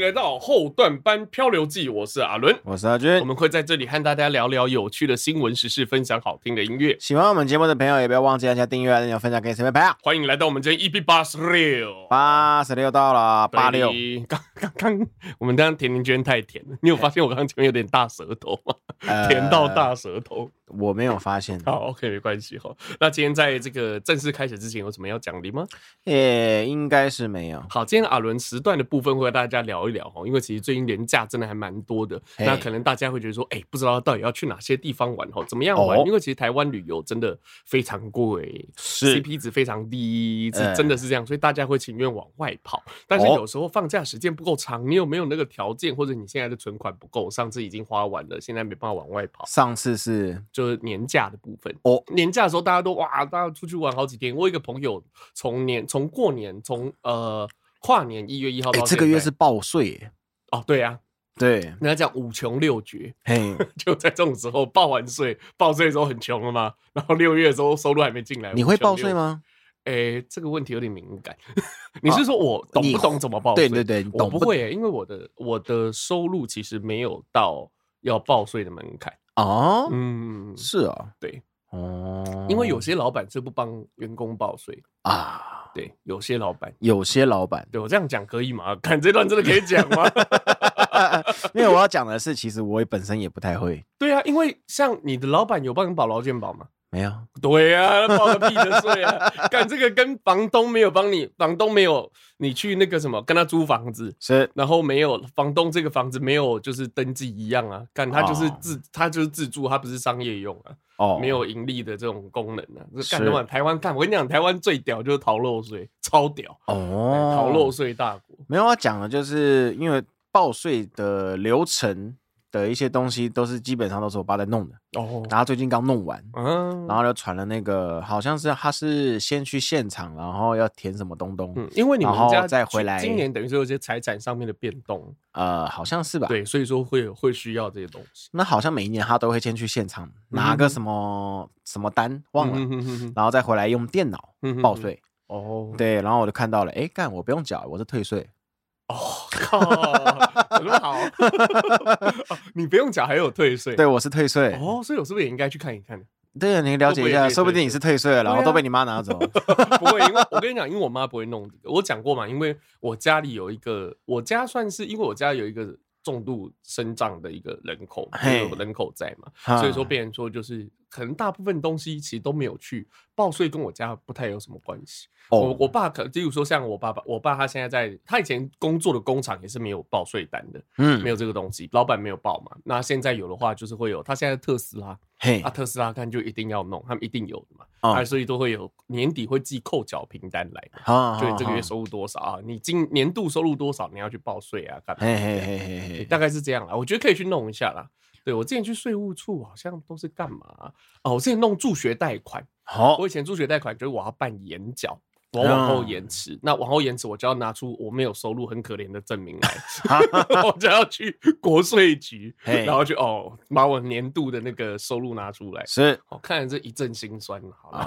来到后段班漂流记，我是阿伦， 我是阿军， 我们会在这里和大家聊聊有趣的新闻时事，分享好听的音乐。 喜欢我们节目的朋友也不要忘记按下订阅，按钮分享给身边朋友。 欢迎来到我们今天 EP86， 86到了86。 刚我们刚刚甜甜圈太甜了，你有发现我刚刚前面有点大舌头吗？甜到大舌头。 我没有发现。 好 ，OK， 没关系哈。那今天在这个正式开始之前，有什么要讲的吗？ 应该是没有。 好，今天阿伦时段的部分会和大家聊一聊哈，因为其实最近连假真的还蛮多的，那可能大家会觉得说，不知道到底要去哪些地方玩哈，怎么样玩？因为其实台湾旅游真的非常贵，是 CP 值非常低，真的是这样，所以大家会情愿往外跑。但是有时候放假时间不够长，你有没有那个条件，或者你现在的存款不够，上次已经花完了，现在没办法往外跑。 上次是就是年假的部分年假的时候大家都大家出去玩好几天。我有一个朋友从过年跨年1月1号到现在， 这个月是报税耶。 哦，对啊， 对， 人家讲5穷6绝， 嘿， 就在这种时候报税的时候很穷了嘛，然后6月的时候收入还没进来。 你会报税吗？ 这个问题有点敏感。你是说我懂不懂怎么报税？ 对对对， 我不会因为我的收入其实没有到要报税的门槛。 哦， 是啊， 对，因为有些老板是不帮员工报税啊， 对，有些老板，对，我这样讲可以吗？看这段真的可以讲吗？ 因为我要讲的是，其实我本身也不太会。 对啊，因为像你的老板有帮你保劳健保吗？ 没有。 对啊，报个屁的税啊！干这个跟房东没有帮你，房东没有你去那个什么跟他租房子， 是， 然后没有房东这个房子没有就是登记一样啊，干他就是自住，他不是商业用啊，没有盈利的这种功能啊。干的话，台湾干，我跟你讲，台湾最屌就是逃漏税，超屌逃漏税大国。 没有要讲的，就是因为报税的流程的一些东西都是基本上都是我爸在弄的然后最近刚弄完然后就传了那个好像是他是先去现场，然后要填什么东因为你们家再回来， 今年等于说有些财产上面的变动好像是吧？ 对，所以说会需要这些东西。 那好像每一年他都会先去现场拿个什么什么单忘了然后再回来用电脑报税对，然后我就看到了干我不用缴，我是退税。 靠，怎么好？你不用缴还有退税？ 对，我是退税。 所以我是不是也应该去看一看？ 对，你了解一下，说不定你是退税了，然后都被你妈拿走。 不会，因为我跟你讲，因为我妈不会弄这个。我讲过嘛，因为我家里有一个，我家算是因为我家有一个重度身障的一个人口，有人口在嘛，所以说变成说就是可能大部分东西其实都没有去报税，跟我家不太有什么关系。我爸例如说像我爸他现在他以前工作的工厂也是没有报税单的，没有这个东西，老板没有报嘛。那现在有的话就是会有，他现在特斯拉，特斯拉看就一定要弄，他们一定有的嘛，所以都会有年底会寄扣缴凭单来，就你这个月收入多少啊，你年度收入多少，你要去报税啊，干嘛？大概是这样啦，我觉得可以去弄一下啦。对，我之前去税务处好像都是干嘛我之前弄助学贷款，我以前助学贷款就是我要办延缴。我往后延迟，那往后延迟，我就要拿出我没有收入很可怜的证明来，我就要去国税局，然后去把我年度的那个收入拿出来， 是， 看着这一阵心酸，好了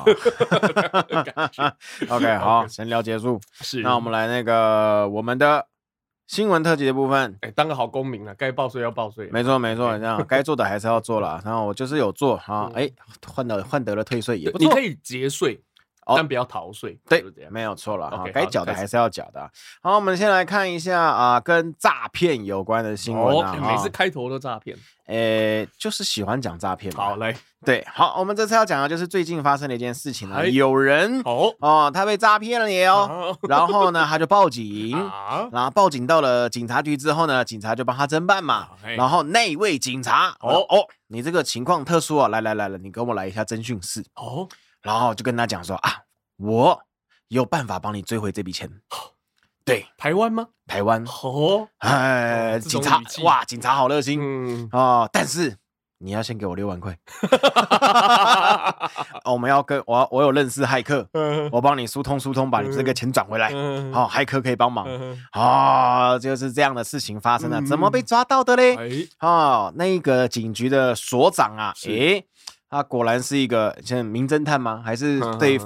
，OK， 好，闲聊结束， 是， 那我们来那个我们的新闻特辑的部分， 当个好公民啊，该报税要报税， 没错没错，这样该做的还是要做啦，然后我就是有做换得了退税也不错， 你可以节税。但不要逃税， 对，没有错了该缴的还是要缴的。好，我们先来看一下跟诈骗有关的新闻每次开头都诈骗， 就是喜欢讲诈骗。 好，来， 对，好，我们这次要讲的就是最近发生的一件事情有人他被诈骗了然后呢他就报警然后报警到了警察局之后呢，警察就帮他侦办嘛，然后那位警察你这个情况特殊来，你跟我来一下侦讯室然后就跟他讲说我有办法帮你追回这笔钱。对， 台湾吗？ 台湾。警察哇，警察好热心但是你要先给我6万块。我们要我有认识骇客，我帮你疏通，把你这个钱转回来。骇客可以帮忙。就是这样的事情发生了。怎么被抓到的嘞？那个警局的所长他果然是一个像名侦探吗？还是对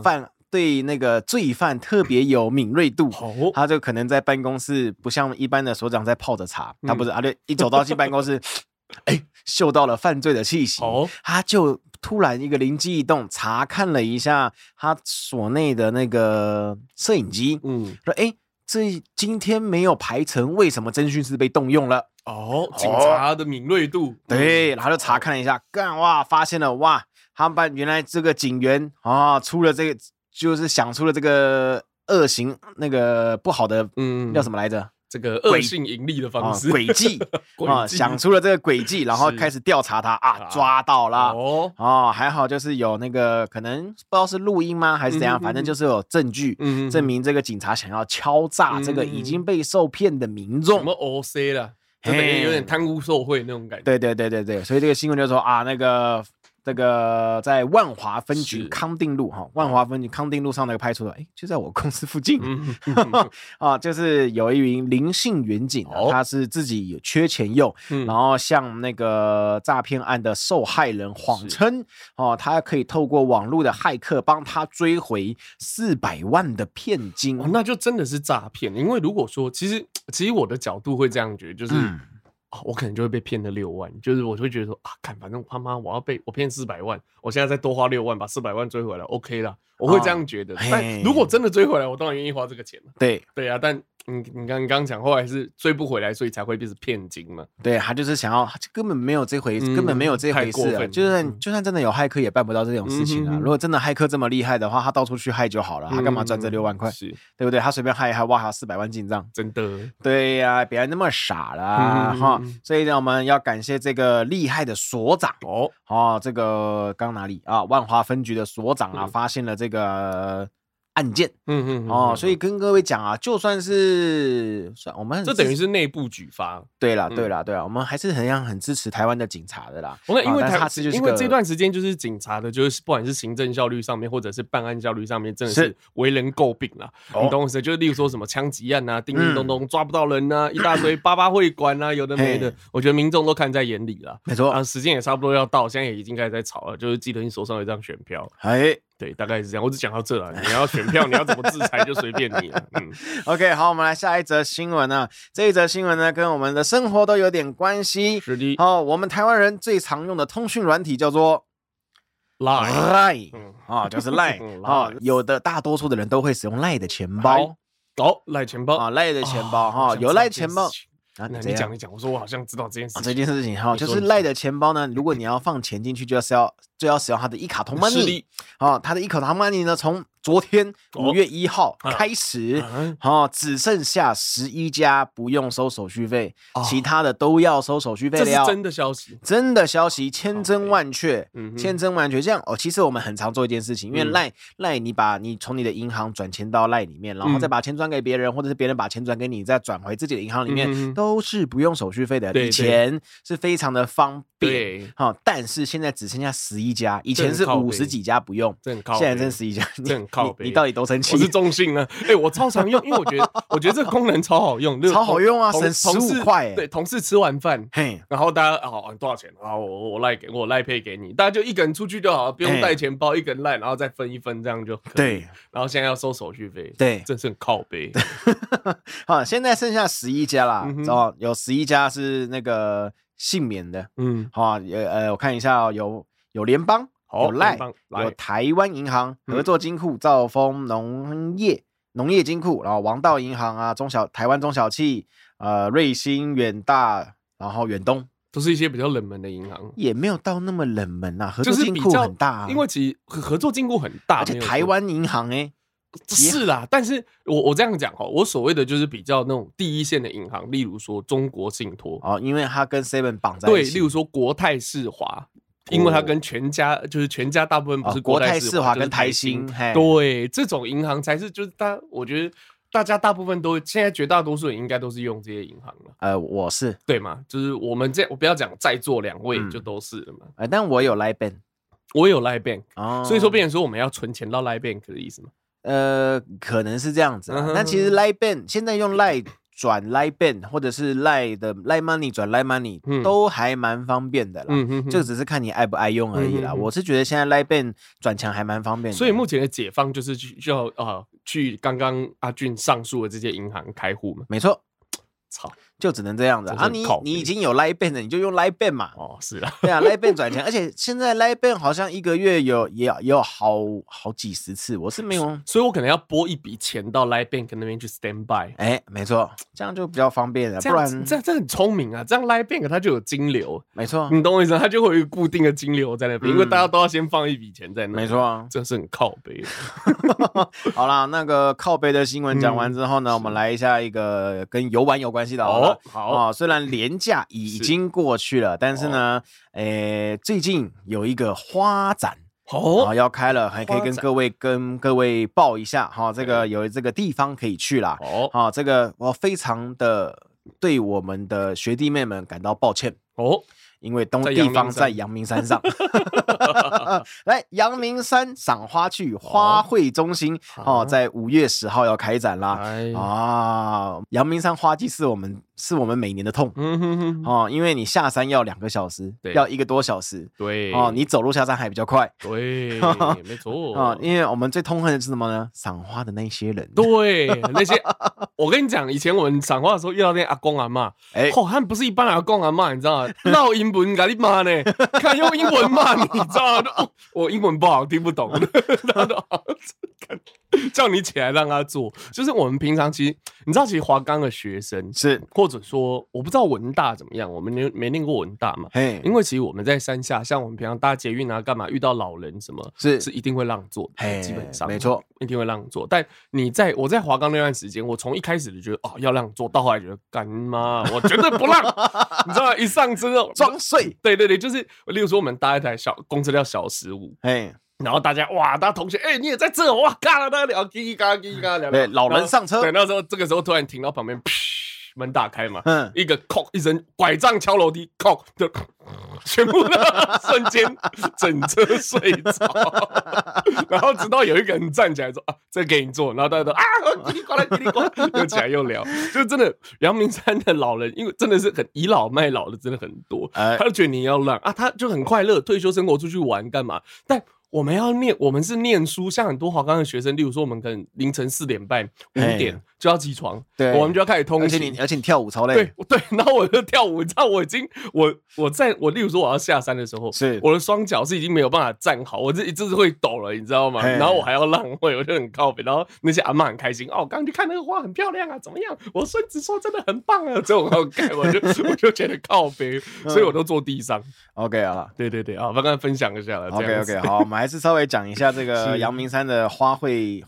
对那个罪犯特别有敏锐度，他就可能在办公室不像一般的所长在泡着茶，他不是，他就一走到进办公室，嗅到了犯罪的气息，他就突然一个灵机一动，查看了一下他所内的那个摄影机，说这今天没有排成，为什么侦讯室被动用了？ 警察的敏锐度， 对，然后就查看了一下，哇，发现了，哇，他们原来这个警员出了这个，就是想出了这个恶行，那个不好的，叫什么来着？ 这个恶性盈利的方式， 诡计想出了这个诡计，然后开始调查他抓到了还好就是有那个可能不知道是录音吗还是怎样，反正就是有证据证明这个警察想要敲诈这个已经被受骗的民众， 什么 OC 啦，就等于有点贪污受贿那种感觉。 对，所以这个新闻就说那个这个在万华分局康定路万华分局康定路上那个派出所，就在我公司附近就是有一名林姓员警他是自己缺钱用，然后向那个诈骗案的受害人谎称他可以透过网络的骇客帮他追回400万的骗金， 那就真的是诈骗。因为如果说其实我的角度会这样觉得，就是我可能就会被骗了6万，就是我就会觉得说反正他妈我骗400万，我现在再多花6万把400万追回来 OK 啦，我会这样觉得。但如果真的追回来，我当然愿意花这个钱了。对啊，但你刚刚讲后来是追不回来，所以才会变成骗金嘛。 对，他就是想要，根本没有这回事啊！就算真的有骇客，也办不到这种事情啊。如果真的骇客这么厉害的话，他到处去害就好了，他干嘛赚这6万块？对不对？他随便害一害，哇，还有400万进账， 真的。 对呀，别那么傻啦所以呢，我们要感谢这个厉害的所长这个刚哪里万华分局的所长发现了这个案件，所以跟各位讲就算是我们这等于是内部举发， 对啦，我们还是很支持台湾的警察的啦。 因为这段时间就是警察的，就是不管是行政效率上面，或者是办案效率上面，真的是为人诟病啦。你懂我意思？就是例如说什么枪击案叮叮咚咚抓不到人一大堆88会馆有的没的，我觉得民众都看在眼里啦。 没错， 时间也差不多要到，现在也已经开始在吵了，就是记得你手上有一张选票。对，大概是这样。我只讲到这了，你要选票，你要怎么制裁就随便你了。 OK， 好，我们来下一则新闻这一则新闻呢，跟我们的生活都有点关系。 是的。 我们台湾人最常用的通讯软体叫做 Line， 就是 Line 有的大多数的人都会使用 Line 的钱包。 Line 钱包 Line 的钱包有 Line 钱包。 你讲，我说我好像知道这件事情。 这件事情就是 Line 的钱包呢，如果你要放钱进去，就要使用它的一卡通 money。它的一卡通 money 呢，从昨天5月1号开始，只剩下11家不用收手续费，其他的都要收手续费了。 这是真的消息， 真的消息，千真万确，千真万确。这样其实我们很常做一件事情，因为 Line 你从你的银行转钱到 Line 里面，然后再把钱转给别人，或者是别人把钱转给你，再转回自己的银行里面，都是不用手续费的。以前是非常的方便，但是现在只剩下11家，以前是50几家不用，现在真11家。你到底多生气？ 我是中信呢，我超常用，因为我觉得这个功能超好用， 超好用省15块。 对，同事吃完饭，然后大家多少钱？我赖配给你，大家就一个人出去就好了，不用带钱包，一个人赖，然后再分一分，这样就可以。 对， 然后现在要收手续费， 对， 真是很靠北。 现在剩下11家啦，有11家是那个幸免的，我看一下有联邦。有 Line， 有台湾银行、合作金库、兆丰农业金库，然后王道银行台湾中小企，瑞兴、远大，然后远东， 都是一些比较冷门的银行， 也没有到那么冷门合作金库很大因为其实合作金库很大， 而且台湾银行是啦，但是我这样讲我所谓的就是比较那种第一线的银行，例如说中国信托因为它跟 Seven 绑在一起， 对，例如说国泰世华。因为它跟全家就是全家大部分不是国泰世华跟台新， 对，这种银行才是就是我觉得大家大部分都现在绝大多数人应该都是用这些银行了。 我是对嘛，就是我不要讲在座2位就都是了嘛。 但我有 Line Bank， 我有 Line Bank，所以说变成说我们要存钱到 Line Bank 的意思吗？ 可能是这样子但其实 Line Bank 现在用 Line 转 Line Bank 或者是 Line 的 Line Money 转 Line Money、都还蛮方便的啦。这个只是看你爱不爱用而已啦。我是觉得现在 Line Bank 转强还蛮方便的。 所以目前的解放就是去刚刚阿俊上述的这些银行开户嘛。 没错。 操， 就只能这样子啊！你已经有 Line Bank 了，你就用 Line Bank 嘛。 哦，是啊， 对啊，Line Bank 转钱，而且现在 Line Bank 好像一个月也有好几十次，我是没有， 所以我可能要拨一笔钱到 Line Bank 那边去 stand by。 没错，这样就比较方便了，不然这很聪明啊！这样 Line Bank 它就有金流， 没错， 你懂我意思吗？它就会有一个固定的金流在那边，因为大家都要先放一笔钱在那， 没错啊， 这是很靠北。 好啦，那个靠北的新闻讲完之后呢，我们来一下一个跟游玩有关系的好了。好，虽然连假已经过去了，但是呢，最近有一个花展要开了，还可以跟各位报一下哈，这个有这个地方可以去啦。这个我非常的对我们的学弟妹们感到抱歉因为地方在阳明山上，来阳明山赏花去花卉中心在5月10号要开展啦。阳明山花季是我们每年的痛，因为你下山要2个小时，要1个多小时， 对， 你走路下山还比较快， 对，没错， 因为我们最痛恨的是什么呢？赏花的那些人， 对，那些我跟你讲，以前我们赏花的时候遇到那些阿公阿嬷，他们不是一般的阿公阿嬷，你知道吗？闹英文给你骂呢，看用英文骂你，你知道吗？我英文不好，听不懂，叫你起来让他做，就是我们平常其实华冈的学生是， 或者说我不知道文大怎么样，我们没念过文大嘛，因为其实我们在山下，像我们平常搭捷运啊干嘛遇到老人什么，是一定会让座的，基本上没错， 一定会让座。但我在华冈那段时间，我从一开始就觉得要让座，到后来觉得干妈我绝对不让，你知道吗？一上车装睡， 对，就是例如说我们搭一台公车叫小15，然后大家同学你也在这，哇，嘎啦聊，叽叽嘎聊， 对，老人上车， 对，这个时候突然停到旁边，门打开嘛，一个扣一声，拐杖敲楼梯，扣就全部的瞬间整车睡着，然后直到有一个人站起来说这给你坐，然后大家都叽里呱啦叽里呱啦又起来又聊，就真的阳明山的老人，因为真的是很倚老卖老的真的很多，他就觉得你要让他就很快乐，退休生活出去玩干嘛，但我们是念书，像很多华冈的学生，例如说我们可能凌晨4点半、5点就要起床，对，我们就要开始通勤， 而且你跳舞超累， 对，然后我就跳舞，你知道我例如说我要下山的时候，是我的双脚是已经没有办法站好，我一直会抖了，你知道吗？然后我还要让位，我就很靠北，然后那些阿嬷很开心，刚刚去看那个花很漂亮啊，怎么样？我孙子说真的很棒啊，这种我就觉得靠北，所以我都坐地上。 OK 啊， 对好，刚刚分享一下了。 OK 好，我们还是稍微讲一下这个阳明山的花卉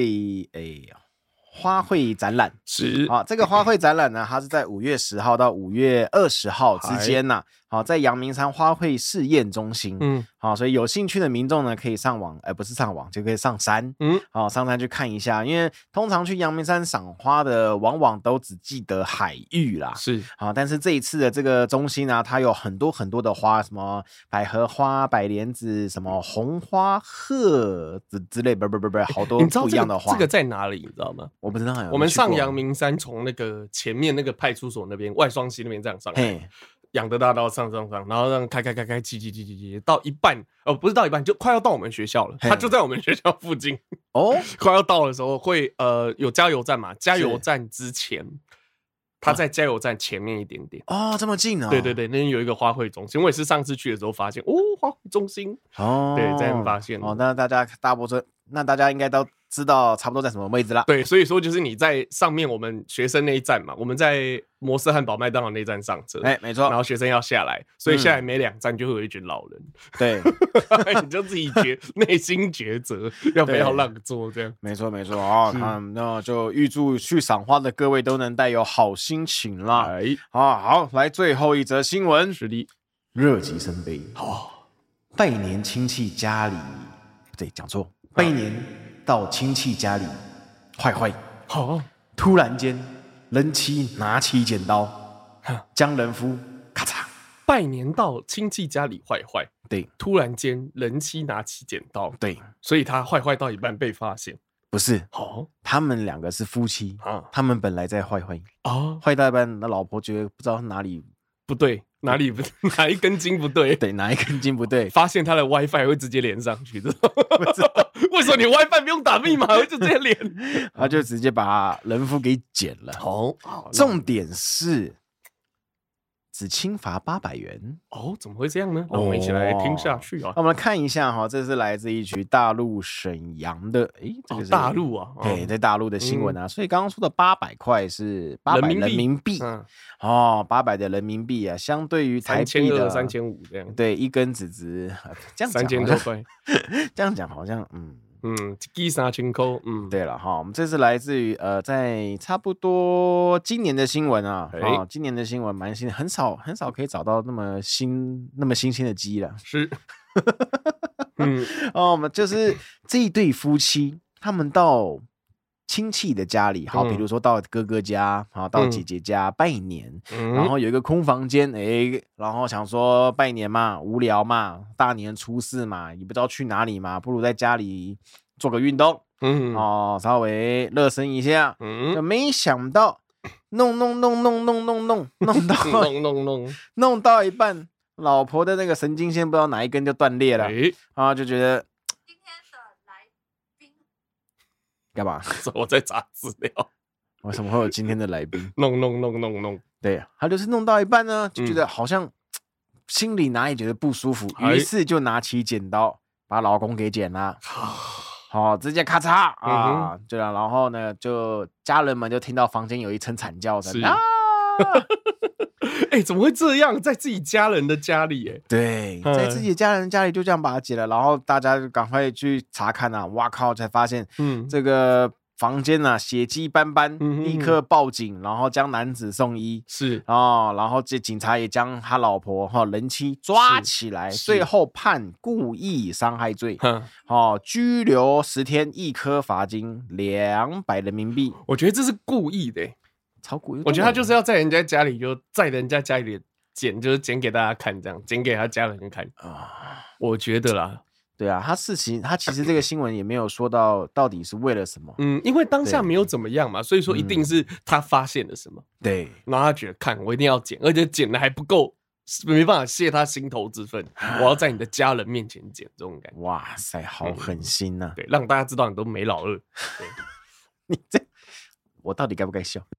展览是这个花卉展览呢，它是在5月10号到5月20号之间呐。在阳明山花卉试验中心，所以有兴趣的民众呢，可以上网，不是上网，就可以上山，上山去看一下。因为通常去阳明山赏花的，往往都只记得海域啦， 是但是这一次的这个中心啊，它有很多很多的花，什么百合花、百莲子，什么红花鹤子之类，不，好多不一样的花。 这个在哪里？你知道吗？ 我不知道。 我们上阳明山，从那个前面那个派出所那边，外双溪那边这样上来。仰德大道上，然后让开，骑到一半，不是到一半，就快要到我们学校了。它就在我们学校附近快要到的时候会有加油站嘛？加油站之前，它在加油站前面一点点这么近啊？ 对，那边有一个花卉中心，我也是上次去的时候发现花卉中心对，在那边发现那大家应该都知道差不多在什么位置啦。 对，所以说就是你在上面我们学生那一站嘛，我们在摩斯汉堡麦当劳那一站上车， 没错， 然后学生要下来，所以下来每2站就会有一群老人， 对， 你就自己内心抉择要不要让座这样。 没错那就预祝去赏花的各位都能带有好心情啦。好，来最后一则新闻， 是的， 热极生悲，拜年亲戚家里，对，讲错，拜年到亲戚家里，坏，突然间人妻拿起剪刀，将人夫咔嚓。 拜年到亲戚家里，坏， 对， 突然间人妻拿起剪刀， 对， 所以他坏到一半被发现， 不是，他们2个是夫妻，他们本来在坏坏到一半，那老婆觉得不知道哪里不对，哪一根筋不对， 对，哪一根筋不对， 发现他的 WiFi 会直接连上去的，不知道为什么你 WiFi 不用打密码，会就直接连， 他就直接把人夫给剪了。重点是只轻罚800元。 怎么会这样呢？那我们一起来听下去啊。 我们来看一下哈，这是来自一局大陆沈阳的，这个是大陆啊， 在大陆的新闻啊。所以刚刚说的800块是800人民币，800的人民币啊，相对于台币的 3200-3500这样。 对，一根纸质这样 3000多块， 这样讲好像一支3000块， 对了哈，我们这是来自于在差不多今年的新闻啊，今年的新闻蛮新，很少可以找到那么新鲜的鸡了， 是， 我们就是这一对夫妻，他们到亲戚的家里，比如说到哥哥家，到姐姐家拜年，然后有一个空房间，然后想说拜年嘛，无聊嘛，大年初4嘛，也不知道去哪里嘛，不如在家里做个运动，稍微热身一下，就没想到弄到一半，老婆的那个神经线不知道哪一根就断裂了，就觉得。干嘛？ 我在查资料。 为什么会有今天的来宾？ 弄。 对，他就是弄到一半呢，就觉得好像心里哪里觉得不舒服，于是就拿起剪刀把老公给剪了。直接咔嚓啊！就然后呢，就家人们就听到房间有一声惨叫声啊！ 怎么会这样？在自己家人的家里， 对，在自己家人家里就这样把它剪了，然后大家就赶快去查看啊！哇靠，才发现，这个房间啊血迹斑斑，立刻报警，然后将男子送医， 是然后这警察也将他老婆人妻抓起来，最后判故意伤害罪，拘留10天，1颗罚金200人民币。 我觉得这是故意的。 超故意， 我觉得他就是要在人家家里，就在人家家里剪，就是剪给大家看，这样剪给他家人看我觉得啦， 对啊，他其实这个新闻也没有说到底是为了什么， 因为当下没有怎么样嘛，所以说一定是他发现了什么， 对， 然后他觉得看我一定要剪，而且剪的还不够，没办法泄他心头之愤，我要在你的家人面前剪，这种感觉， 哇塞，好狠心呐！ 对，让大家知道你都没老二， 你这我到底该不该笑？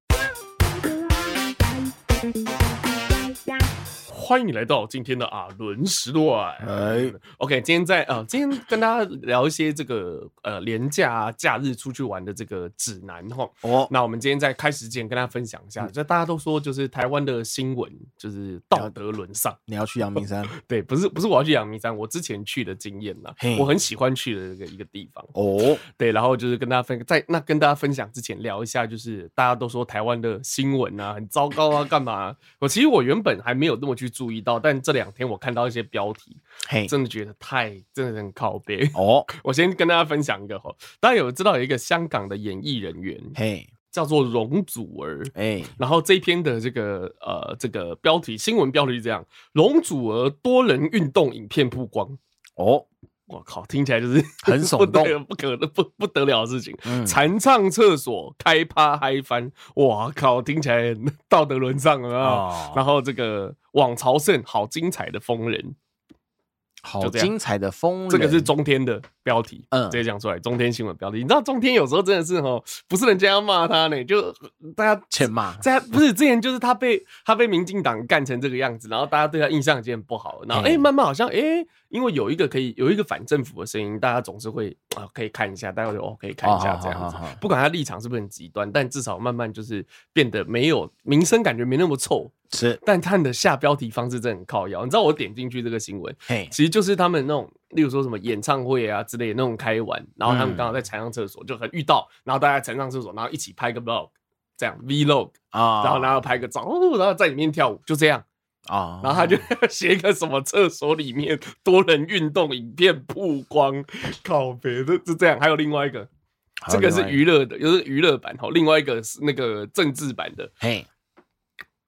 欢迎你来到今天的阿伦时段。OK， 今天跟大家聊一些这个连假假日出去玩的这个指南那我们今天在开始之前跟大家分享一下，就大家都说就是台湾的新闻就是道德沦丧。 你要去阳明山？ 对，不是我要去阳明山，我之前去的经验啦，我很喜欢去的一个地方。对，然后就是跟大家跟大家分享之前聊一下，就是大家都说台湾的新闻啊很糟糕啊，干嘛？其实我原本还没有那么去注意到，但这2天我看到一些标题，真的觉得真的很靠北我先跟大家分享一个大家有知道有一个香港的演艺人员，叫做容祖儿，然后这一篇的这个标题新闻标题是这样：容祖儿多人运动影片曝光。我靠，听起来就是很耸动， 不得了的事情。残唱厕所开趴嗨翻，哇靠，听起来道德沦丧啊！然后这个网朝圣，好精彩的疯人， 好精彩的疯人， 这个是中天的标题，直接讲出来，中天新闻标题。你知道中天有时候真的是不是人家要骂他呢，就大家欠骂， 不是之前就是他被民进党干成这个样子，然后大家对他印象已经很不好了，然后慢慢好像因为有一个反政府的声音，大家总是会可以看一下，大家就可以看一下这样子，不管他立场是不是很极端，但至少慢慢就是变得没有名声，感觉没那么臭。 是， 但他的下标题方式真的很靠腰。你知道我点进去这个新闻，其实就是他们那种，例如说什么演唱会啊之类的那种开玩，然后他们刚好在残障厕所就很遇到，然后大家在残障厕所，然后一起拍个 vlog， 这样 vlog 然后拍个照，然后在里面跳舞，就这样然后他就写一个什么厕所里面多人运动影片曝光，靠北就这样。还有另外一个，这个是娱乐的，就是娱乐版另外一个是那个政治版的。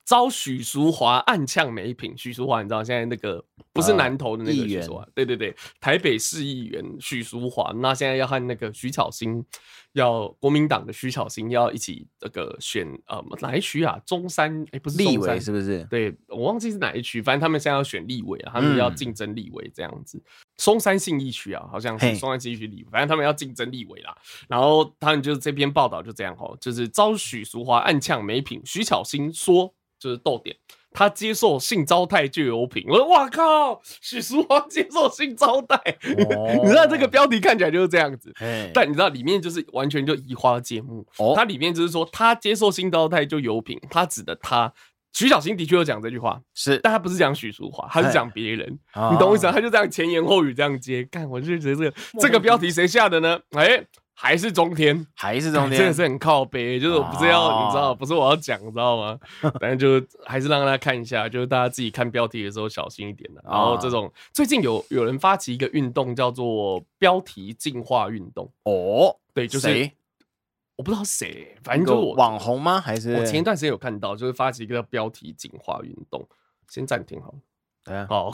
遭许淑华暗呛没品。许淑华你知道现在那个不是南投的那个许淑华，对对对，台北市议员许淑华，那现在要和那个徐巧芯，国民党的徐巧芯要一起这个选哪一区啊？中山不是立委是不是？ 对，我忘记是哪一区，反正他们现在要选立委啊，他们要竞争立委这样子。松山信义区啊，好像是松山信义区立委，反正他们要竞争立委啦。然后他们就这篇报道就这样就是遭许淑华暗呛没品，徐巧芯说。就是逗点，他接受性招待就有品。我说哇靠，许淑华接受性招待，你知道这个标题看起来就是这样子，但你知道里面就是完全就移花接木。它里面就是说他接受性招待就有品，他指的他。徐巧芯的确有讲这句话， 是， 但他不是讲许淑华，他是讲别人，你懂我意思吗？他就这样前言后语这样接，干，我就觉得这个标题谁下的呢？还是中天， 还是中天， 真的是很靠北，就是我不是要，你知道，不是我要讲，你知道吗？但是就还是让大家看一下，就是大家自己看标题的时候小心一点的。然后这种最近有人发起一个运动，叫做标题进化运动。对，就是谁？我不知道谁，反正就是网红吗？还是我前一段时间有看到，就是发起一个标题进化运动。先暂停好了。好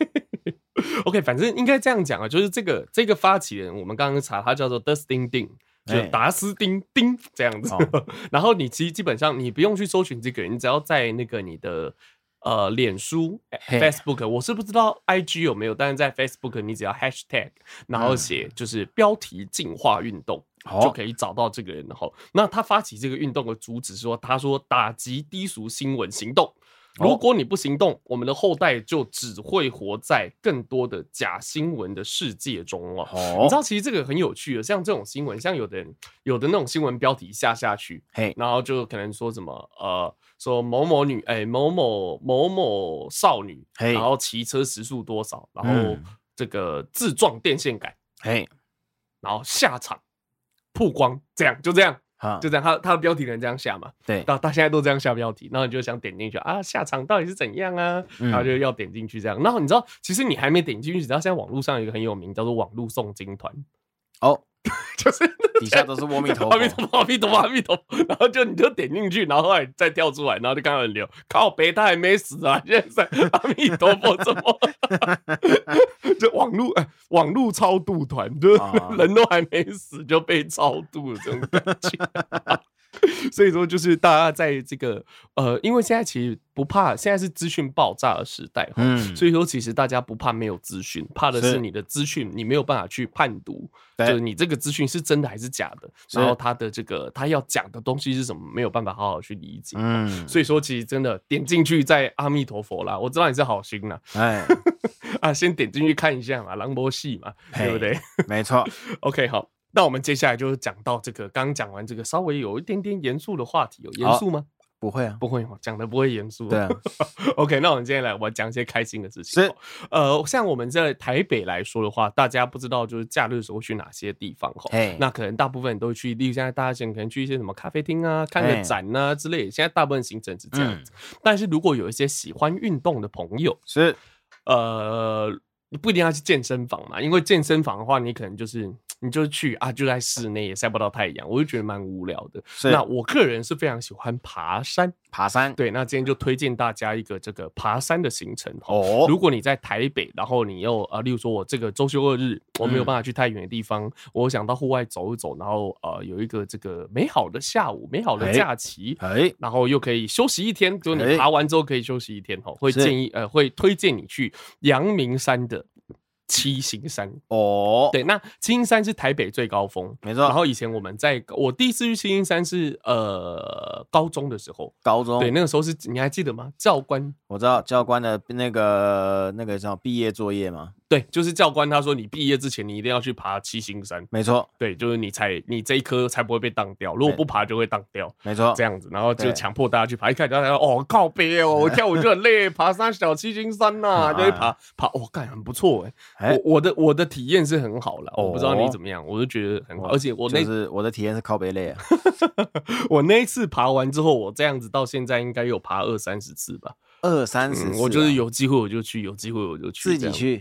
，OK， 反正应该这样讲啊，就是这个发起人，我们刚刚查，他叫做 Dustin Ding， 就是达斯丁丁这样子。然后你基本上你不用去搜寻这个人，你只要在那个你的脸书 Facebook， 我是不知道 IG 有没有，但是在 Facebook 你只要 hashtag， 然后写就是标题进化运动。就可以找到这个人了。那他发起这个运动的主旨说，他说打击低俗新闻行动。如果你不行动，我们的后代就只会活在更多的假新闻的世界中你知道，其实这个很有趣的，像这种新闻，像有的那种新闻标题下去，然后就可能说什么说某某女某某少女，然后骑车时速多少，然后这个自撞电线杆，然后下场曝光，就这样。他的标题能这样下嘛？对，大家现在都这样下标题，然后你就想点进去啊，下场到底是怎样啊？然后就要点进去这样。然后你知道，其实你还没点进去，你知道现在网络上有一个很有名，叫做网络诵经团。就是底下都是阿弥陀佛， 阿弥陀佛，阿弥陀佛，阿弥陀佛。然后你就点进去，然后后来再跳出来，然后就看到人留靠北，他还没死啊！现在阿弥陀佛怎么？就网络超度团，就是人都还没死就被超度的这种感觉。所以说，就是大家在这个因为现在其实不怕，现在是资讯爆炸的时代，所以说其实大家不怕没有资讯，怕的是你的资讯你没有办法去判读，就是你这个资讯是真的还是假的，然后他要讲的东西是什么，没有办法好好去理解。所以说其实真的点进去在阿弥陀佛啦，我知道你是好心啦，先点进去看一下嘛，狼博戏嘛，对不对？ 没错。 OK， 好。那我们接下来就是讲到这个，刚刚讲完这个稍微有一点点严肃的话题，有严肃吗？ 不会啊， 不会，讲的不会严肃。 对啊。 OK， 那我们今天来，我讲一些开心的事情。是，像我们在台北来说的话，大家不知道就是假日的时候去哪些地方那可能大部分人都会去，例如现在大家可能去一些什么咖啡厅啊、看个展啊之类的。现在大部分行程是这样子。但是如果有一些喜欢运动的朋友， 是， 你不一定要去健身房嘛，因为健身房的话，你可能就是你就去啊，就在室内也晒不到太阳，我就觉得蛮无聊的。那我个人是非常喜欢爬山，对，那今天就推荐大家一个这个爬山的行程如果你在台北，然后你又例如说我这个周休2日，我没有办法去太远的地方，我想到户外走一走，然后有一个这个美好的下午，美好的假期，然后又可以休息一天，就你爬完之后可以休息一天会建议会推荐你去阳明山的七星山对，那七星山是台北最高峰， 没错。 然后以前我第一次去七星山是高中的时候，对，那个时候是你还记得吗？教官， 我知道教官的那个叫毕业作业吗？ 对，就是教官他说你毕业之前你一定要去爬七星山， 没错。 对，就是你这一科才不会被当掉，如果不爬就会当掉， 没错。 这样子，然后就强迫大家去爬。一开始大家说靠北我跳舞就很累，爬山小七星山呐，就会爬，干很不错我的体验是很好了，我不知道你怎么样，我就觉得很好，而且我的体验是靠北累啊。 我那一次爬完之后，我这样子到现在应该有爬20-30次吧，20-30次。我就是有机会我就去，有机会我就去， 自己去。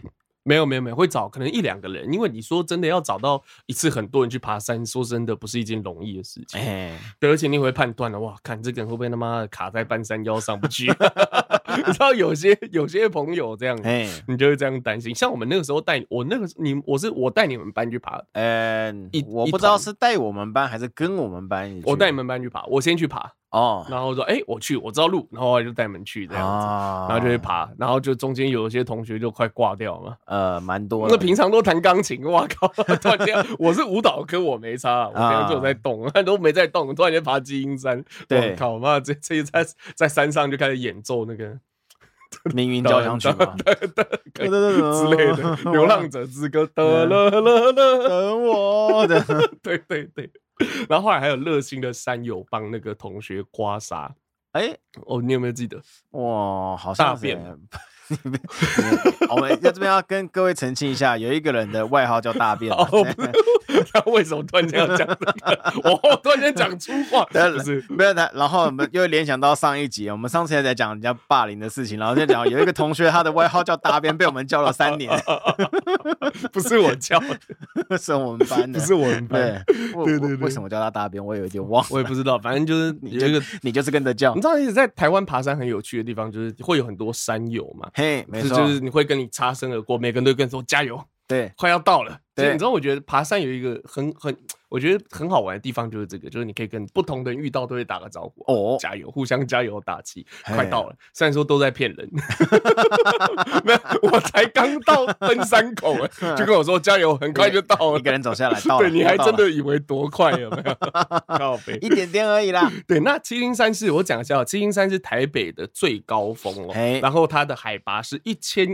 没有，会找可能1-2个人，因为你说真的要找到一次很多人去爬山，说真的不是一件容易的事情。对，而且你会判断了，哇，看这个人会不会他妈卡在半山腰上不去？你知道有些朋友这样，你就会这样担心。像我们那个时候我带你们班去爬， 我不知道是带我们班还是跟我们班一起去。 我带你们班去爬，我先去爬。然后说，我去，我知道路，然后我就带你们去这样子，然后就去爬，然后就中间有一些同学就快挂掉嘛， 蛮多的。 那平常都弹钢琴，哇靠，突然间我是舞蹈科，我没差，我平常就有在动，都没在动，突然间爬基因山，我靠妈，这在山上就开始演奏那个命运交响曲嘛， 之类的，流浪者之歌，等我的，对。然后后来还有热心的山友帮那个同学刮痧，你有没有记得？ 哇，好像大便。 我们在这边要跟各位澄清一下，有一个人的外号叫大便。 他为什么突然间要讲这个？我突然间讲粗话，不是没有他。然后我们又联想到上一集，我们上次还在讲人家霸凌的事情，然后就讲有一个同学他的外号叫大便，被我们叫了3年。 不是我叫的， 是我们班的， 不是我们班。对， 为什么叫他大便？我有点忘了， 我也不知道。反正就是有一个， 你就是跟着叫。 你知道，一直在台湾爬山很有趣的地方，就是会有很多山友嘛。 没错， 就是你会跟你擦身而过，每个人都跟你说加油， 对， 快要到了。 对， 你知道，我觉得爬山有一个我觉得很好玩的地方就是这个，就是你可以跟不同的人遇到都会打个招呼，加油，互相加油打气，快到了。虽然说都在骗人，没有，我才刚到登山口，就跟我说加油，很快就到了。 一个人走下来到了， 对，你还真的以为多快有没有？靠北， 一点点而已啦。 对，那七星山我讲一下，七星山是台北的最高峰然后它的海拔是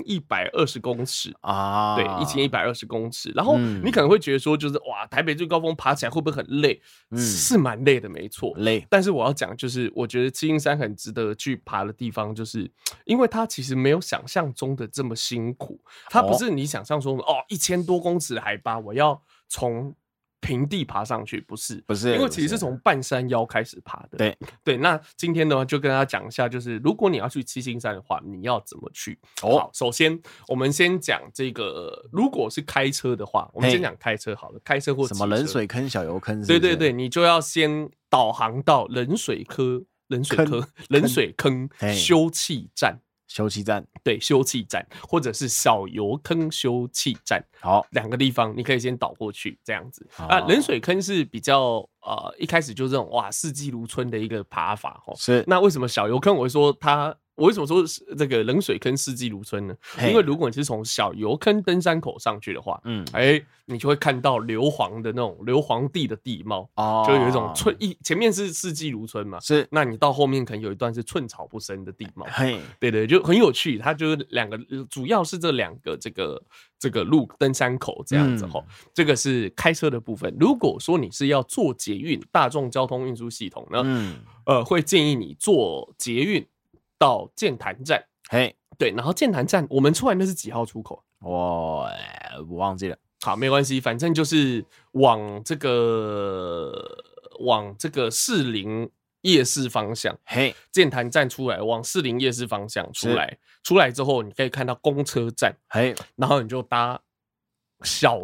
1120公尺啊，对，1120公尺。然后你可能会觉得说，就是哇，台北最高峰爬起来会不会很累？是蛮累的，没错， 累。 但是我要讲，就是我觉得七星山很值得去爬的地方，就是因为它其实没有想象中的这么辛苦。它不是你想象说1000多公尺的海拔，我要从平地爬上去，不是，因为其实是从半山腰开始爬的。对，那今天的话就跟大家讲一下，就是如果你要去七星山的话，你要怎么去？好，首先我们先讲这个，如果是开车的话，我们先讲开车好了，开车或什么冷水坑、小油坑， 对，你就要先导航到冷水坑休气站。对，休气站或者是小油坑休气站，好，2个地方你可以先导过去这样子。冷水坑是比较一开始就是这种哇四季如春的一个爬法是。 那为什么小油坑我为什么说这个冷水坑四季如春呢？因为如果你是从小油坑登山口上去的话，你就会看到硫磺的那种硫磺地的地貌，就有一种前面是四季如春嘛， 是。 那你到后面可能有一段是寸草不生的地貌，对，就很有趣。它就是主要是这2个这个路登山口这样子这个是开车的部分。如果说你是要坐捷运大众交通运输系统呢，会建议你坐捷运到剑潭站，对，然后剑潭站我们出来那是几号出口？ 我忘记了。 好，没关系，反正就是往这个士林夜市方向，剑潭站出来，往士林夜市方向出来之后，你可以看到公车站，然后你就搭小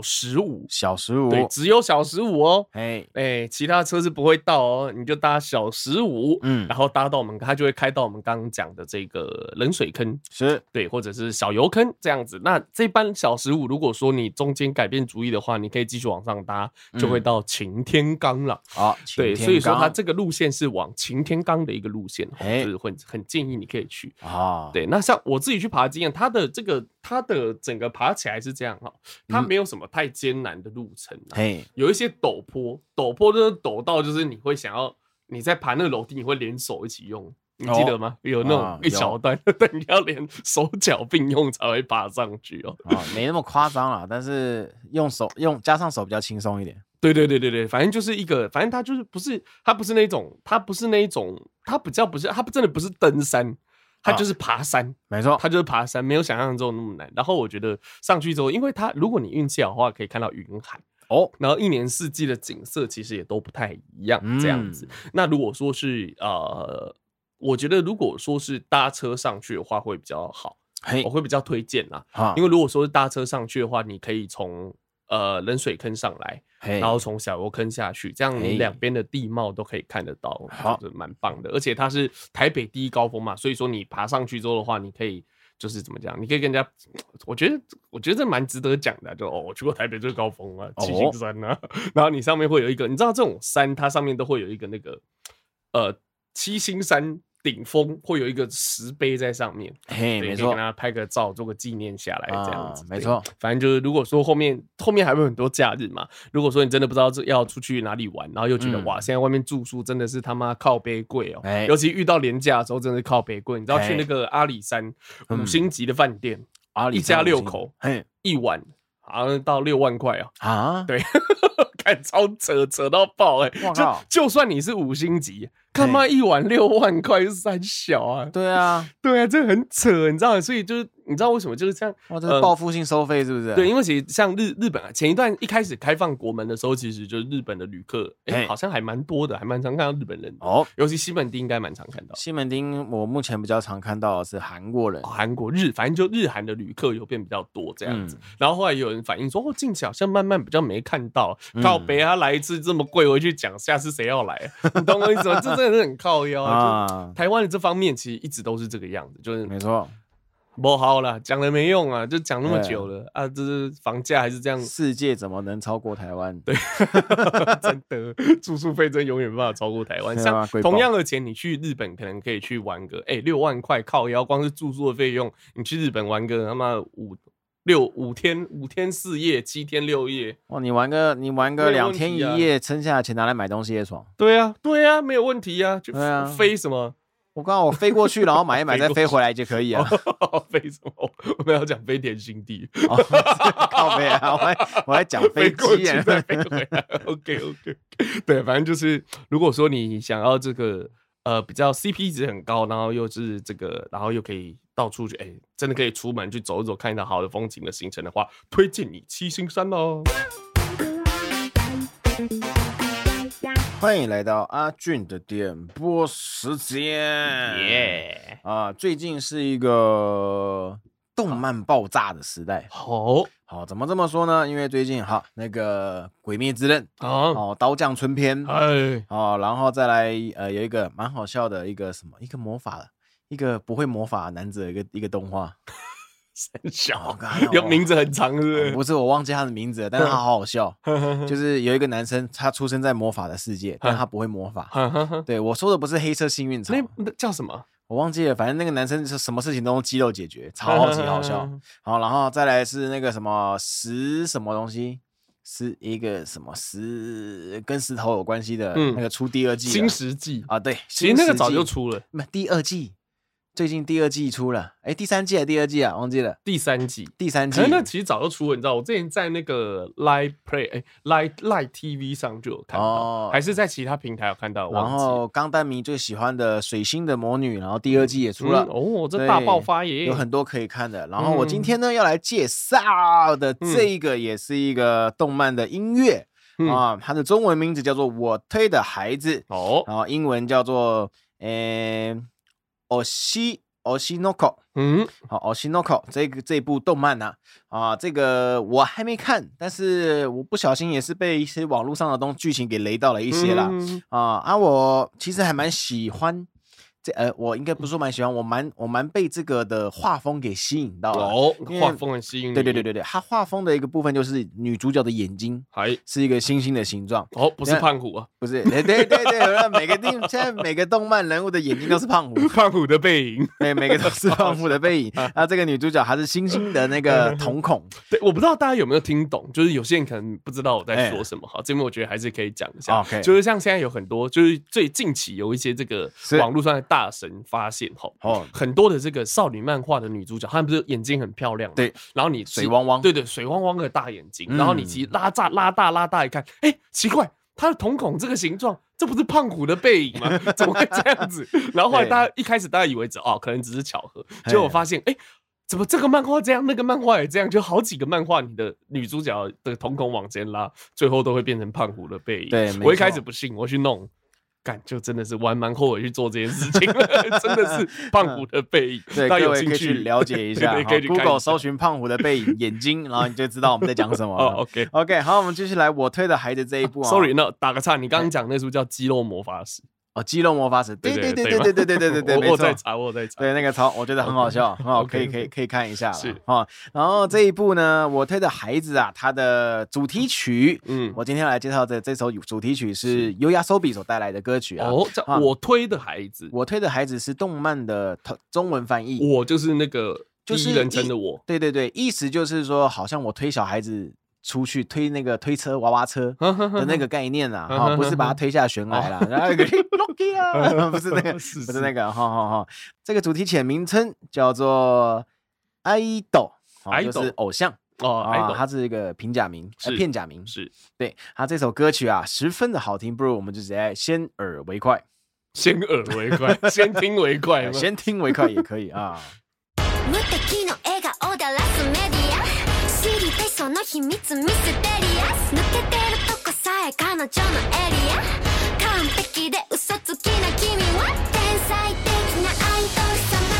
15，对，只有小15哦，其他车是不会到哦，你就搭小15，然后搭到它就会开到我们刚刚讲的这个冷水坑， 是对， 或者是小油坑这样子。那这班小15，如果说你中间改变主意的话，你可以继续往上搭，就会到擎天岗了。对，所以说它这个路线是往擎天岗的一个路线，就是很建议你可以去对，那像我自己去爬经验，它的整个爬起来是这样它没有什么太艰难的路程有一些陡坡就是陡到就是你会想要你在爬那个楼梯，你会连手一起用，你记得吗？有那种一小段，但你要连手脚并用才会爬上去没那么夸张啦，但是加上手比较轻松一点。 对，反正就是反正它就是它不是那种，它真的不是登山。它就是爬山， 没错， 它就是爬山，没有想象中那么难。然后我觉得上去之后，因为如果你运气好的话，可以看到云海然后1年4季的景色其实也都不太一样，这样子。那如果说是我觉得如果说是搭车上去的话会比较好， 我会比较推荐啦。因为如果说是搭车上去的话，你可以从冷水坑上来，然后从小油坑下去，这样你两边的地貌都可以看得到，就是蛮棒的。而且它是台北第一高峰嘛，所以说你爬上去之后的话，你可以就是怎么讲，你可以跟人家，我觉得这蛮值得讲的，就我去过台北最高峰啊，七星山啊，然后你上面会有一个，你知道这种山它上面都会有一个那个七星山顶峰会有一个石碑在上面， 没错， 跟他拍个照，做个纪念下来，这样子， 没错。 反正就是如果说后面还会有很多假日嘛，如果说你真的不知道要出去哪里玩，然后又觉得哇，现在外面住宿真的是他妈靠北贵哦，尤其遇到连假的时候，真的是靠北贵。你知道去那个阿里山5星级的饭店，一家6口，一晚好像到6万块啊！对，看超扯到爆就算你是5星级。他妈一晚6万块是三小啊！ 对啊， 这很扯，你知道？所以就是你知道为什么就是这样？ 哇，这是报复性收费是不是？ 对，因为其实像日本啊，前一段一开始开放国门的时候，其实就是日本的旅客，好像还蛮多的，还蛮常看到日本人的尤其西门町应该蛮常看到。 西门町我目前比较常看到的是韩国人， 反正就日韩的旅客有变比较多这样子。然后后来有人反映说，近期好像慢慢比较没看到，靠北他来一次这么贵，回去讲下次谁要来？你懂我意思吗？这真的是很靠腰啊！台湾的这方面其实一直都是这个样子，就是没错。 不好啦，讲了没用啊，就讲那么久了啊，这是房价还是这样， 世界怎么能超过台湾？ 对，真的住宿费真永远没办法超过台湾。像同样的钱，你去日本可能可以去玩个6万块靠腰，光是住宿的费用，你去日本玩个他妈5天4夜7天6夜， 哦，你玩个2天1夜，撑下的钱拿来买东西也爽。 对啊，没有问题啊，就飞什么。 我飞过去，然后买一买，再飞回来就可以啊。 飞什么？我们要讲飞田新地。 靠北啊！我还讲飞机耶， 再飞回来。OK。对，反正就是，如果说你想要这个比较 CP 值很高，然后又是这个，然后又可以到处去，真的可以出门去走一走，看一到好的风景的行程的话，推荐你七星山哦。 欢迎来到阿俊的点播时间。最近是一个动漫爆炸的时代。好，怎么这么说呢？因为最近那个《鬼灭之刃》刀匠村篇，然后再来有一个蛮好笑的一个魔法的一个不会魔法男子的一个动画。 很小，有名字很长，是不是？ 不是，我忘记他的名字了，但是他好笑。就是有一个男生，他出生在魔法的世界，但他不会魔法。对，我说的不是黑色幸运草， 那叫什么？ 我忘记了。反正那个男生是什么事情都用肌肉解决，超级好笑。好，然后再来是那个什么石什么东西，是一个什么石跟石头有关系的那个出第2季， 新石纪啊，对， 其实那个早就出了， 第2季。最近第2季出了，第3季还是第2季啊？忘记了。 第3季。 可是那其实早就出了，你知道，我之前在那个 Live TV 上就有看到，还是在其他平台有看到。 然后钢弹迷最喜欢的水星的魔女，然后第2季也出了。 这大爆发耶！ 有很多可以看的。然后我今天呢要来介绍的这个也是一个动漫的音乐它的中文名字叫做《我推的孩子》然后英文叫做Oshinoko， Oshinoko 这部动漫这个我还没看，但是我不小心也是被一些网络上的剧情给雷到了一些啦我其实还蛮喜欢。我应该不是说蛮喜欢，我蛮被这个的画风给吸引到了。 画风很吸引你。 对，它画风的一个部分就是女主角的眼睛是一个星星的形状。 不是胖虎啊， 不是。对，现在每个动漫人物的眼睛都是胖虎， 胖虎的背影， 每个都是胖虎的背影。那这个女主角还是星星的那个瞳孔。 对，我不知道大家有没有听懂，就是有些人可能不知道我在说什么。好，这边我觉得还是可以讲一下。就是像现在有很多，就是最近期有一些这个网络上的大神发现很多的这个少女漫画的女主角，她们不是眼睛很漂亮吗？ 对， 然后你水汪汪， 对，水汪汪的大眼睛，然后你其实拉大一看，奇怪，她的瞳孔这个形状，这不是胖虎的背影吗？怎么会这样子？然后后来一开始大家以为可能只是巧合，结果我发现怎么这个漫画这样，那个漫画也这样，就好几个漫画，你的女主角的瞳孔往前拉，最后都会变成胖虎的背影。 对， 我一开始不信，我去弄。 干就真的是我还蛮后悔去做这件事情真的是胖虎的背影。 对，各位可以去了解一下， 对可以去看一下 Google 搜寻胖虎的背影眼睛，然后你就知道我们在讲什么了。OK， 好，我们继续来我推的孩子这一部。 Sorry， 那打个岔，你刚刚讲那出叫《肌肉魔法使》。 肌肉魔法使，对， 我有在查， 对，那个超我觉得很好笑，很好，可以看一下是啊。然后这一部呢，我推的孩子啊，它的主题曲，我今天来介绍的这首主题曲是优雅 Sobi 所带来的歌曲啊。 叫我推的孩子， 我推的孩子是动漫的中文翻译， 我就是那个第一人称的我， 对，意思就是说，好像我推小孩子出去推那个推车娃娃车的那个概念啊，不是把它推下悬崖啦，然后Lucky 啊，不是那个，不是那个，这个主题曲名称叫做 idol， 就是偶像它是一个平假名，片假名， 是对。它这首歌曲啊，十分的好聽，不如我们就直接先耳为快， 先耳为快，先听为快， 先听为快也可以啊。知りたいその秘密ミステリアス抜けてるとこさえ彼女のエリア完璧で嘘つきな君は天才的なアイドル様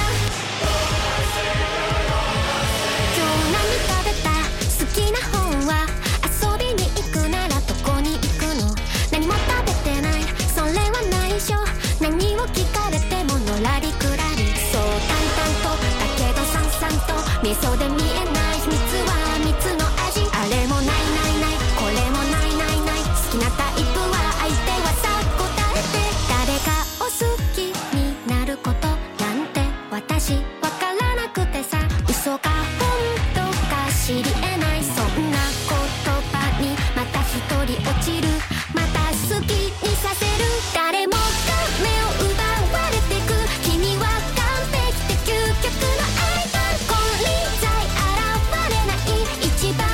今日何食べた好きな本は遊びに行くならどこに行くの何も食べてないそれは内緒何を聞かれてものらりくらりそう淡々とだけどさんさんと味噌で見えない秘密はあれもないないないこれもないないない好きなタイプは相手はさ答えて誰かを好きになることなんて私わからなくてさ嘘か本当か知り得ないそんな言葉にまた一人落ちるまた好きにさせる誰もが目を奪われてく君は完璧で究極のアイドル金輪際現れない一番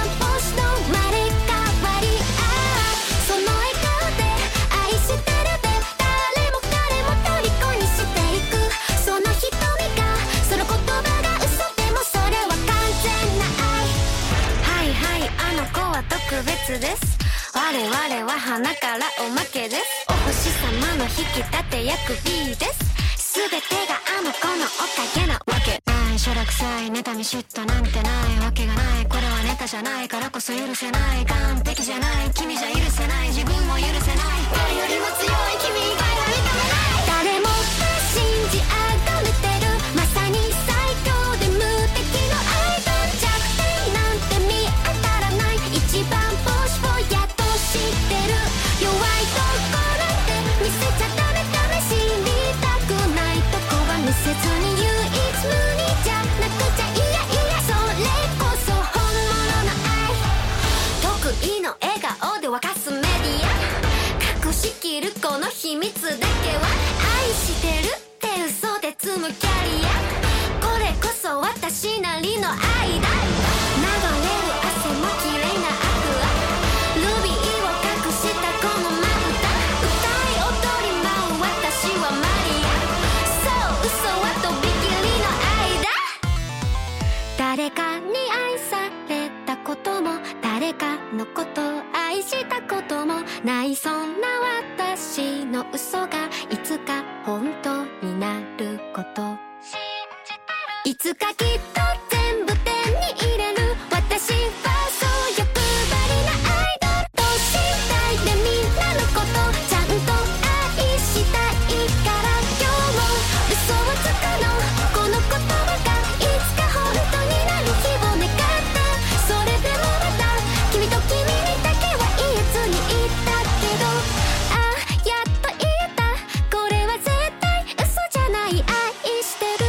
です我々は花からおまけですお星様の引き立て役 B です全てがあの子のおかげなわけないしょらくさい妬み嫉妬なんてないわけがないこれはネタじゃないからこそ許せない完璧じゃない君じゃ許せない自分も許せない誰よりも強い君以外は認めない誰もが信じあがめてるまさに最強で無敵のアイドル弱点なんて見当たらない一番やっと知ってる弱いとこなんて見せちゃダメ試しにたくないとこは見せずに唯一無二じゃなくちゃいやいやそれこそ本物の愛得意の笑顔で沸かすメディア隠しきるこの秘密だけは愛してるって嘘で積むキャリアこれこそ私なりの愛だ流れる汗も綺麗なルビーを隠したこのまぶた歌い踊り舞う私はマリアそう嘘はとびきりの愛だ誰かに愛されたことも誰かのことを愛したこともないそんな私の嘘がいつか本当になることいつかきっと全部手に入れる私はそう欲張りな愛でみんなのことちゃんと愛したいから今日も嘘をつくのこの言葉がいつか本当になる日を願ったそれでもまた君と君にだけは言えずにいたけどやっと言えたこれは絶対嘘じゃない愛してる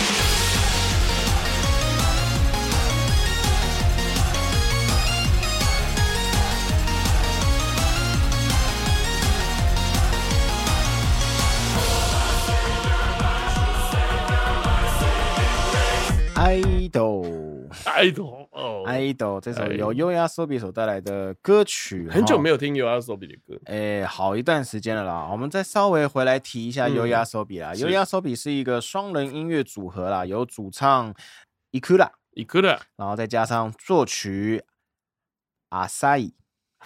idol 这首由优雅 Sobi 所带来的歌曲， 很久没有听优雅 Sobi 的歌， 好一段时间了啦。我们再稍微回来提一下优雅 Sobi 啦。优雅 Sobi 是一个双人音乐组合啦，有主唱 Ikura， 然后再加上作曲 Asahi，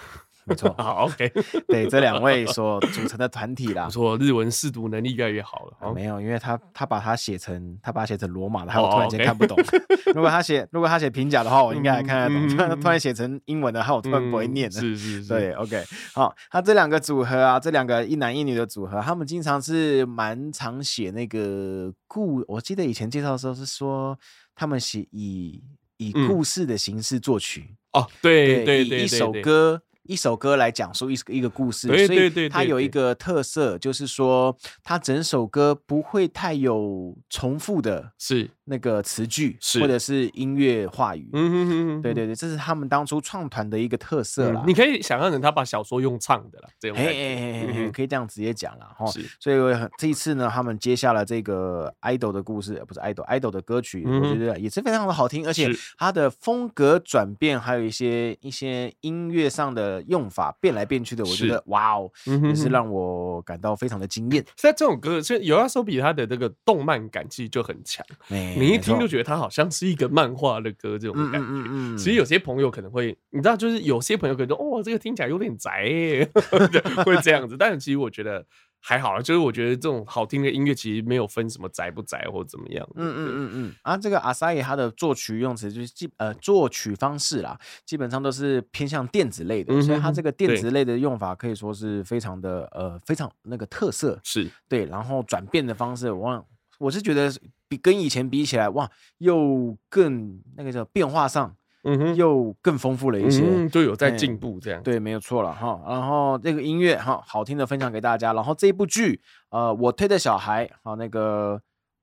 没错。 好 ，OK， 对，这2位所组成的团体啦。 不错，日文识读能力越来越好了。 没有，因为他把它写成罗马的，害我突然间看不懂。如果他写平假的话，我应该还看得懂。突然写成英文的，害我突然不会念了。 是。 对 ，OK， 好，他这2个组合啊，这2个一男一女的组合，他们经常是蛮常写那个我记得以前介绍的时候是说，他们写以故事的形式作曲。 哦，对， 一首歌来讲述一个故事， 对， 所以它有一个特色，就是说它整首歌不会太有重复的， 是那个词句或者是音乐话语。对，这是他们当初创团的一个特色啦。 你可以想象成他把小说用唱的啦，这种感觉， 可以这样直接讲啦。所以这一次呢，他们接下了这个 idol 的故事，不是 idol 的歌曲，我觉得也是非常的好听，而且它的风格转变，还有一些音乐上的用法变来变去的，我觉得哇哦，也是让我感到非常的惊艳。 在这种歌，所以有YOASOBI它的这个动漫感其实就很强，你一听就觉得它好像是一个漫画的歌这种感觉。其实有些朋友可能会，你知道，就是有些朋友可能说，哦，这个听起来有点宅耶，会这样子。但是其实我觉得还好，就是我觉得这种好听的音乐其实没有分什么宅不宅或怎么样。 这个 Asahi 他的作曲用词就是作曲方式啦，基本上都是偏向电子类的，所以他这个电子类的用法可以说是非常的非常那个特色， 是对， 然后转变的方式，我是觉得跟以前比起来，哇，又更那个叫变化上。又更丰富了一些， 就有在进步这样。 对，没有错了哈。然后这个音乐哈，好听的分享给大家。然后这一部剧，我推的小孩啊，那个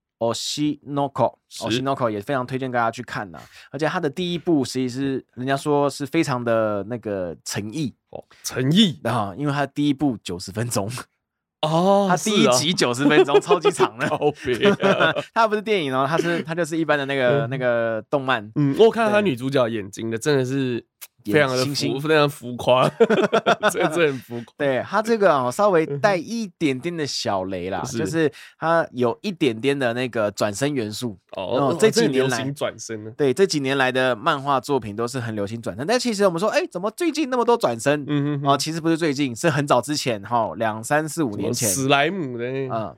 Oshinoko 也非常推荐大家去看呐。而且他的第一部其实是人家说是非常的那个诚意诚意啊，因为他第一部90分钟。 他第一集90分钟，超级长的。他不是电影哦，他就是一般的那个动漫。 我看到他女主角眼睛的真的是非常的非常浮夸，真的很浮夸。 对，他这个稍微带一点点的小雷啦，就是他有一点点的那个转身元素。这几年来流行转身呢？ 对，这几年来的漫画作品都是很流行转身，但其实我们说，怎么最近那么多转身？其实不是最近，是很早之前2、3、4、5年前， 史莱姆的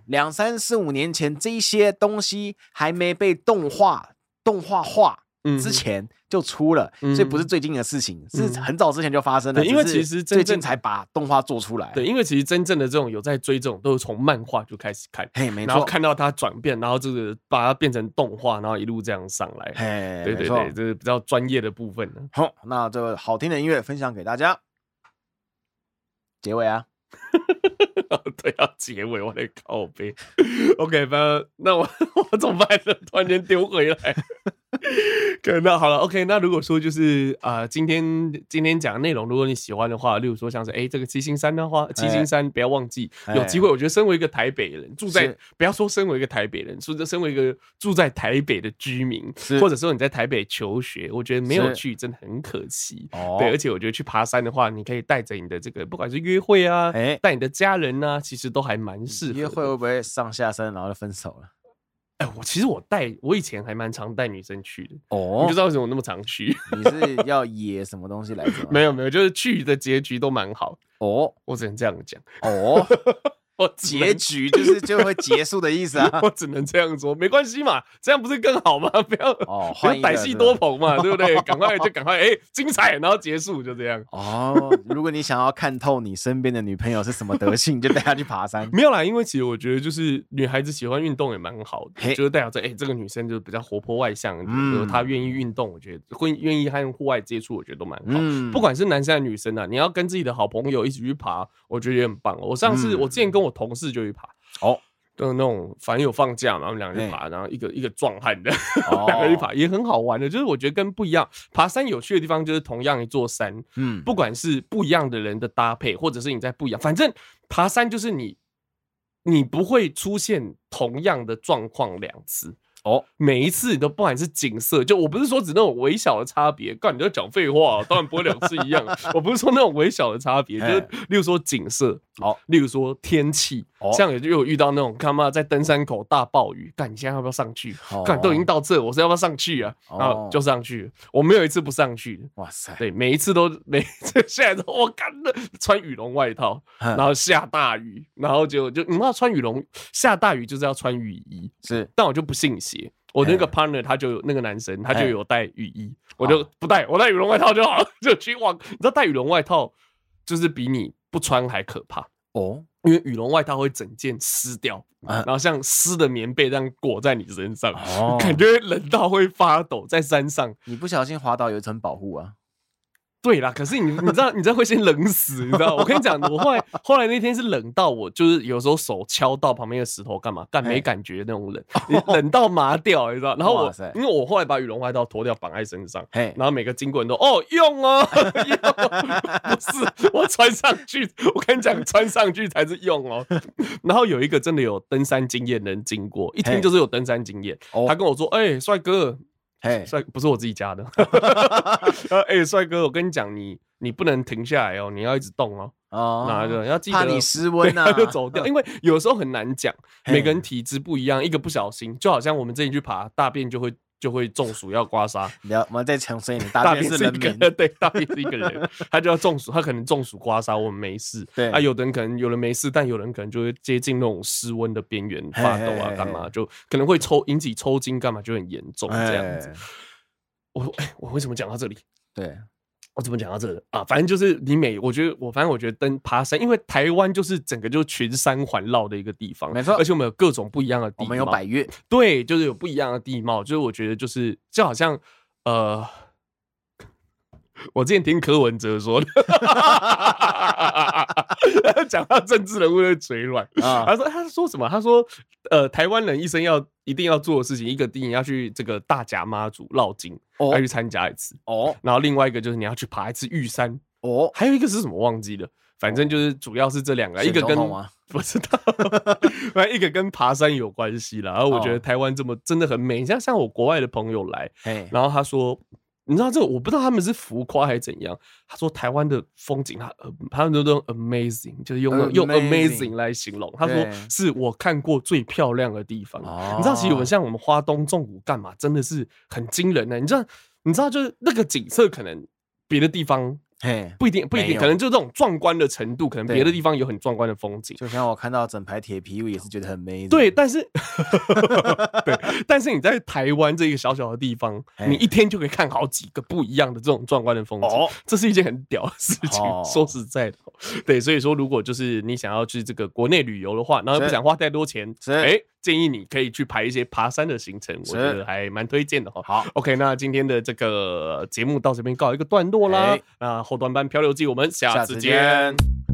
2、3、4、5年前，这些东西还没被动画化之前就出了，所以不是最近的事情，是很早之前就发生了。 因为其实最近才把动画做出来。 对，因为其实真正的这种有在追这种，都是从漫画就开始看， 没错， 然后看到它转变，然后这个把它变成动画，然后一路这样上来。对，这是比较专业的部分呢。 好，那这个好听的音乐分享给大家。结尾啊。 对，要结尾，我得靠背。OK， 那我怎么办呢？突然间丢回来。那好了 ，OK， 那如果说就是今天讲的内容，如果你喜欢的话，例如说像是这个七星山的话，七星山不要忘记，有机会，我觉得身为一个台北人，不要说身为一个台北人，身为一个住在台北的居民，或者说你在台北求学，我觉得没有去真的很可惜。对，而且我觉得去爬山的话，你可以带着你的这个，不管是约会啊，带你的家人啊，其实都还蛮适合的。 约会会不会上下山然后就分手了？ 其实我以前还蛮常带女生去的你不知道为什么我那么常去？ 你是要野什么东西来着？ 没有，就是去的结局都蛮好我只能这样讲结局就会结束的意思啊！ 我只能这样说，没关系嘛，这样不是更好吗？不要歹戏多捧嘛，对不对？赶快精彩，然后结束就这样。 如果你想要看透你身边的女朋友是什么德性，就带她去爬山。 没有啦，因为其实我觉得就是女孩子喜欢运动也蛮好的，就是代表着这个女生就比较活泼外向，她愿意运动，我觉得会愿意和户外接触，我觉得都蛮好。不管是男生还是女生啊，你要跟自己的好朋友一起去爬，我觉得也很棒。我之前跟我同事就去爬就是那种反正有放假嘛，我们两个去爬，然后一个壮汉的两个去爬也很好玩的。就是我觉得跟不一样，爬山有趣的地方就是同样一座山，不管是不一样的人的搭配，或者是你在不一样，反正爬山就是你不会出现同样的状况2次。 每一次你都不管是景色，就我不是说指那种微小的差别，干你在讲废话，当然不会2次一样。我不是说那种微小的差别，就是例如说景色，例如说天气，像也就有遇到那种他妈在登山口大暴雨，干你现在要不要上去？干都已经到这，我是要不要上去啊？然后就上去了，我没有一次不上去的。哇塞，对，每一次现在都我干了，穿羽绒外套，然后下大雨，然后就你们要穿羽绒，下大雨就是要穿雨衣，是，但我就不信邪。我那个 partner 他就有那个男生，他就有带雨衣，我就不带，我带羽绒外套就好了，就去往。你知道带羽绒外套就是比你不穿还可怕因为羽绒外套会整件湿掉，然后像湿的棉被这样裹在你身上，感觉冷到会发抖。在山上， 你不小心滑倒有一层保护啊。 对啦，可是你知道会先冷死，你知道？我跟你讲，我后来那天是冷到我就是有时候手敲到旁边的石头干嘛，干没感觉那种冷，冷到麻掉，你知道？然后因为我后来把羽绒外套脱掉绑在身上，然后每个经过人都用哦，用，不是我穿上去，我跟你讲，穿上去才是用哦。然后有一个真的有登山经验的人经过，一听就是有登山经验，他跟我说：“帅哥。”帅不是我自己家的，帅哥，我跟你讲，你不能停下来哦，你要一直动哦。哪个要记得怕你失温啊， 他就走掉，因为有时候很难讲，每个人体质不一样，一个不小心，就好像我们之前去爬，大便就会中暑要刮痧。 我们再重申一点，大便是人名， 对，大便是一个人，他就要中暑，他可能中暑刮痧，我们没事。对啊，有人没事，但有人可能就会接近那种失温的边缘，发抖啊，干嘛就可能会引起抽筋，干嘛就很严重这样子。我为什么讲到这里？对。我怎么讲到这个啊？反正就是我觉得爬山，因为台湾就是整个就群山环绕的一个地方，没错，而且我们有各种不一样的地貌， 我们有百岳， 对，就是有不一样的地貌，就是我觉得就好像我之前听柯文哲说的，讲到政治人物会嘴软他说什么？他说台湾人一生一定要做的事情，一个你要去这个大甲妈祖绕境，要去参加一次然后另外一个就是你要去爬一次玉山还有一个是什么忘记了，反正就是主要是这2个，一个跟不知道，反正一个跟爬山有关系啦。然后我觉得台湾真的很美，像我国外的朋友来，然后他说。你知道这个，我不知道他们是浮夸还是怎样。他说台湾的风景，他们都用 amazing， 就是用 amazing 来形容。他说是我看过最漂亮的地方。你知道，其实像我们花东纵谷干嘛，真的是很惊人的。你知道，就是那个景色，可能别的地方。不一定，可能就这种壮观的程度，可能别的地方有很壮观的风景。 就像我看到整排铁皮屋，也是觉得很美。 对，但是你在台湾这个小小的地方，你一天就可以看好几个不一样的这种壮观的风景，这是一件很屌的事情。说实在的，对，所以说如果就是你想要去这个国内旅游的话，然后不想花太多钱，建议你可以去排一些爬山的行程，我觉得还蛮推荐的哈。好 ，OK， 那今天的这个节目到这边告一个段落啦。那后段班漂流记，我们下次见。